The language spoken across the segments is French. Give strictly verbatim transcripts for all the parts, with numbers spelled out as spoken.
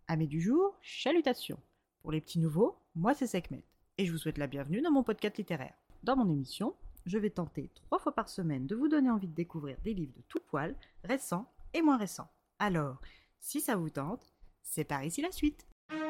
Amis du jour, chalutations. Pour les petits nouveaux, moi c'est Sekhmet, et je vous souhaite la bienvenue dans mon podcast littéraire. Dans mon émission, je vais tenter trois fois par semaine de vous donner envie de découvrir des livres de tout poil, récents et moins récents. Alors, si ça vous tente, c'est par ici la suite.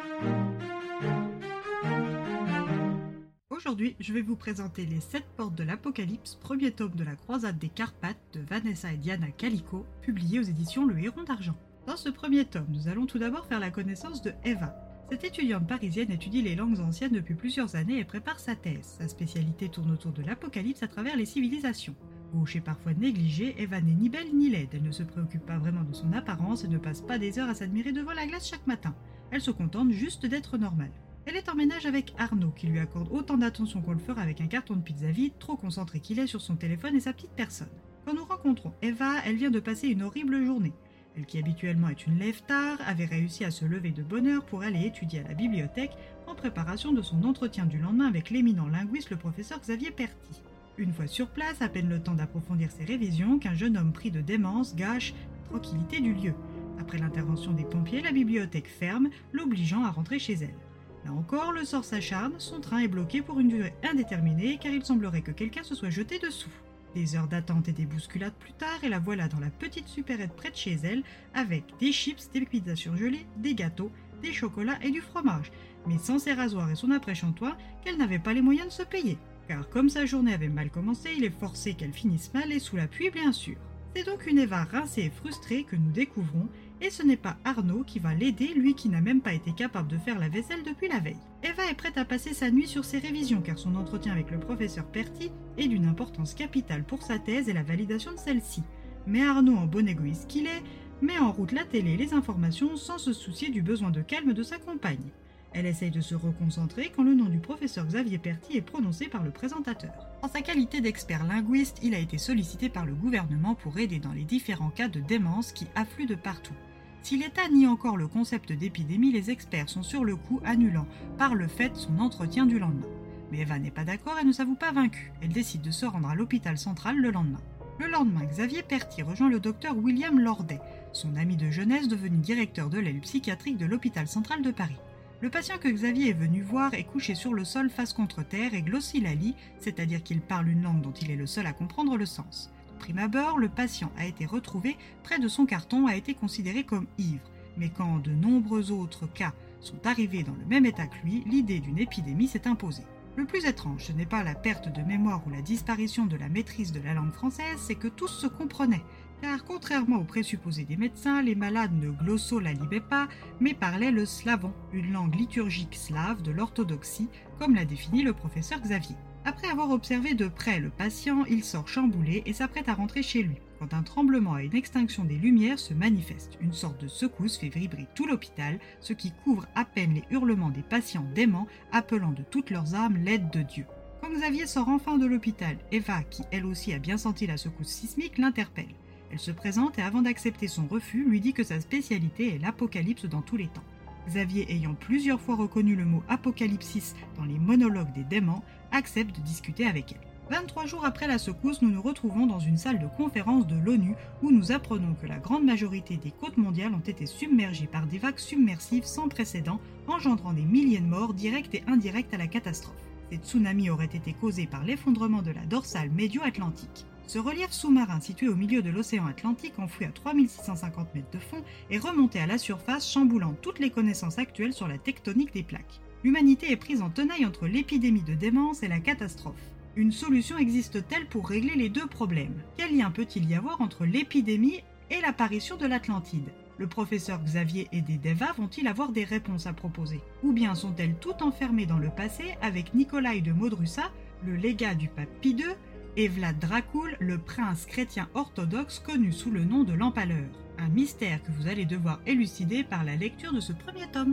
Aujourd'hui, je vais vous présenter Les Sept Portes de l'Apocalypse, premier tome de la Croisade des Carpates de Vanessa et Diana Calico, publié aux éditions Le Héron d'Argent. Dans ce premier tome, nous allons tout d'abord faire la connaissance de Eva. Cette étudiante parisienne étudie les langues anciennes depuis plusieurs années et prépare sa thèse. Sa spécialité tourne autour de l'Apocalypse à travers les civilisations. Gauche et parfois négligée, Eva n'est ni belle ni laide. Elle ne se préoccupe pas vraiment de son apparence et ne passe pas des heures à s'admirer devant la glace chaque matin. Elle se contente juste d'être normale. Elle est en ménage avec Arnaud, qui lui accorde autant d'attention qu'on le fera avec un carton de pizza vide, trop concentré qu'il est sur son téléphone et sa petite personne. Quand nous rencontrons Eva, elle vient de passer une horrible journée. Elle, qui habituellement est une lève-tard, avait réussi à se lever de bonne heure pour aller étudier à la bibliothèque en préparation de son entretien du lendemain avec l'éminent linguiste le professeur Xavier Perty. Une fois sur place, à peine le temps d'approfondir ses révisions, qu'un jeune homme pris de démence gâche la tranquillité du lieu. Après l'intervention des pompiers, la bibliothèque ferme, l'obligeant à rentrer chez elle. Là encore, le sort s'acharne, son train est bloqué pour une durée indéterminée car il semblerait que quelqu'un se soit jeté dessous. Des heures d'attente et des bousculades plus tard, et la voilà dans la petite supérette près de chez elle, avec des chips, des pizzas surgelées, des gâteaux, des chocolats et du fromage, mais sans ses rasoirs et son après-shantoir qu'elle n'avait pas les moyens de se payer. Car comme sa journée avait mal commencé, il est forcé qu'elle finisse mal et sous la pluie bien sûr. C'est donc une Eva rincée et frustrée que nous découvrons, et ce n'est pas Arnaud qui va l'aider, lui qui n'a même pas été capable de faire la vaisselle depuis la veille. Eva est prête à passer sa nuit sur ses révisions car son entretien avec le professeur Perty est d'une importance capitale pour sa thèse et la validation de celle-ci. Mais Arnaud, en bon égoïste qu'il est, met en route la télé et les informations sans se soucier du besoin de calme de sa compagne. Elle essaye de se reconcentrer quand le nom du professeur Xavier Perty est prononcé par le présentateur. En sa qualité d'expert linguiste, il a été sollicité par le gouvernement pour aider dans les différents cas de démence qui affluent de partout. Si l'État nie encore le concept d'épidémie, les experts sont sur le coup, annulant par le fait son entretien du lendemain. Mais Eva n'est pas d'accord et ne s'avoue pas vaincue. Elle décide de se rendre à l'hôpital central le lendemain. Le lendemain, Xavier Perty rejoint le docteur William Lordet, son ami de jeunesse devenu directeur de l'aile psychiatrique de l'hôpital central de Paris. Le patient que Xavier est venu voir est couché sur le sol face contre terre et glossilalie, c'est-à-dire qu'il parle une langue dont il est le seul à comprendre le sens. De prime abord, le patient a été retrouvé près de son carton, a été considéré comme ivre. Mais quand de nombreux autres cas sont arrivés dans le même état que lui, l'idée d'une épidémie s'est imposée. Le plus étrange, ce n'est pas la perte de mémoire ou la disparition de la maîtrise de la langue française, c'est que tous se comprenaient. Car contrairement aux présupposés des médecins, les malades ne glossolabiaient pas, mais parlaient le slavon, une langue liturgique slave de l'orthodoxie, comme l'a défini le professeur Xavier. Après avoir observé de près le patient, il sort chamboulé et s'apprête à rentrer chez lui, quand un tremblement et une extinction des lumières se manifestent. Une sorte de secousse fait vibrer tout l'hôpital, ce qui couvre à peine les hurlements des patients déments, appelant de toutes leurs âmes l'aide de Dieu. Quand Xavier sort enfin de l'hôpital, Eva, qui elle aussi a bien senti la secousse sismique, l'interpelle. Elle se présente et avant d'accepter son refus, lui dit que sa spécialité est l'apocalypse dans tous les temps. Xavier, ayant plusieurs fois reconnu le mot apocalypsis dans les monologues des démons, accepte de discuter avec elle. vingt-trois jours après la secousse, nous nous retrouvons dans une salle de conférence de l'ONU où nous apprenons que la grande majorité des côtes mondiales ont été submergées par des vagues submersives sans précédent, engendrant des milliers de morts directs et indirects à la catastrophe. Ces tsunamis auraient été causés par l'effondrement de la dorsale médio-atlantique. Ce relief sous-marin situé au milieu de l'océan Atlantique, enfoui à trois mille six cent cinquante mètres de fond, est remonté à la surface, chamboulant toutes les connaissances actuelles sur la tectonique des plaques. L'humanité est prise en tenaille entre l'épidémie de démence et la catastrophe. Une solution existe-t-elle pour régler les deux problèmes? Quel lien peut-il y avoir entre l'épidémie et l'apparition de l'Atlantide? Le professeur Xavier et des Deva vont-ils avoir des réponses à proposer? Ou bien sont-elles toutes enfermées dans le passé avec Nicolaï de Modrusa, le légat du pape Pie deux, et Vlad Dracul, le prince chrétien orthodoxe connu sous le nom de l'Empaleur? Un mystère que vous allez devoir élucider par la lecture de ce premier tome.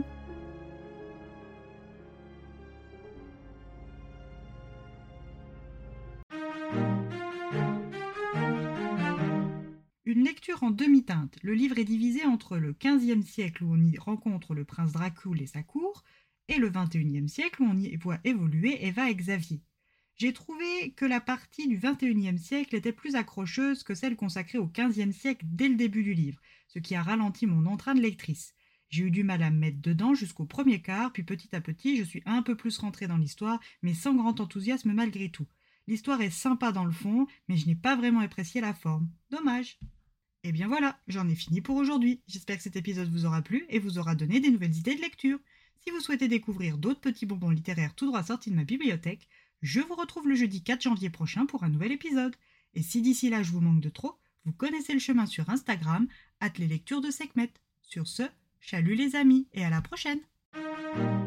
Une lecture en demi-teinte. Le livre est divisé entre le quinzième siècle où on y rencontre le prince Dracul et sa cour, et le vingt et unième siècle où on y voit évoluer Eva et Xavier. J'ai trouvé que la partie du vingt et unième siècle était plus accrocheuse que celle consacrée au quinzième siècle dès le début du livre, ce qui a ralenti mon entrain de lectrice. J'ai eu du mal à me mettre dedans jusqu'au premier quart, puis petit à petit, je suis un peu plus rentrée dans l'histoire, mais sans grand enthousiasme malgré tout. L'histoire est sympa dans le fond, mais je n'ai pas vraiment apprécié la forme. Dommage. Et bien voilà, j'en ai fini pour aujourd'hui. J'espère que cet épisode vous aura plu et vous aura donné des nouvelles idées de lecture. Si vous souhaitez découvrir d'autres petits bonbons littéraires tout droit sortis de ma bibliothèque, je vous retrouve le jeudi quatre janvier prochain pour un nouvel épisode. Et si d'ici là je vous manque de trop, vous connaissez le chemin sur Instagram, arobase les lectures de Sekhmet. Sur ce, chalut les amis et à la prochaine!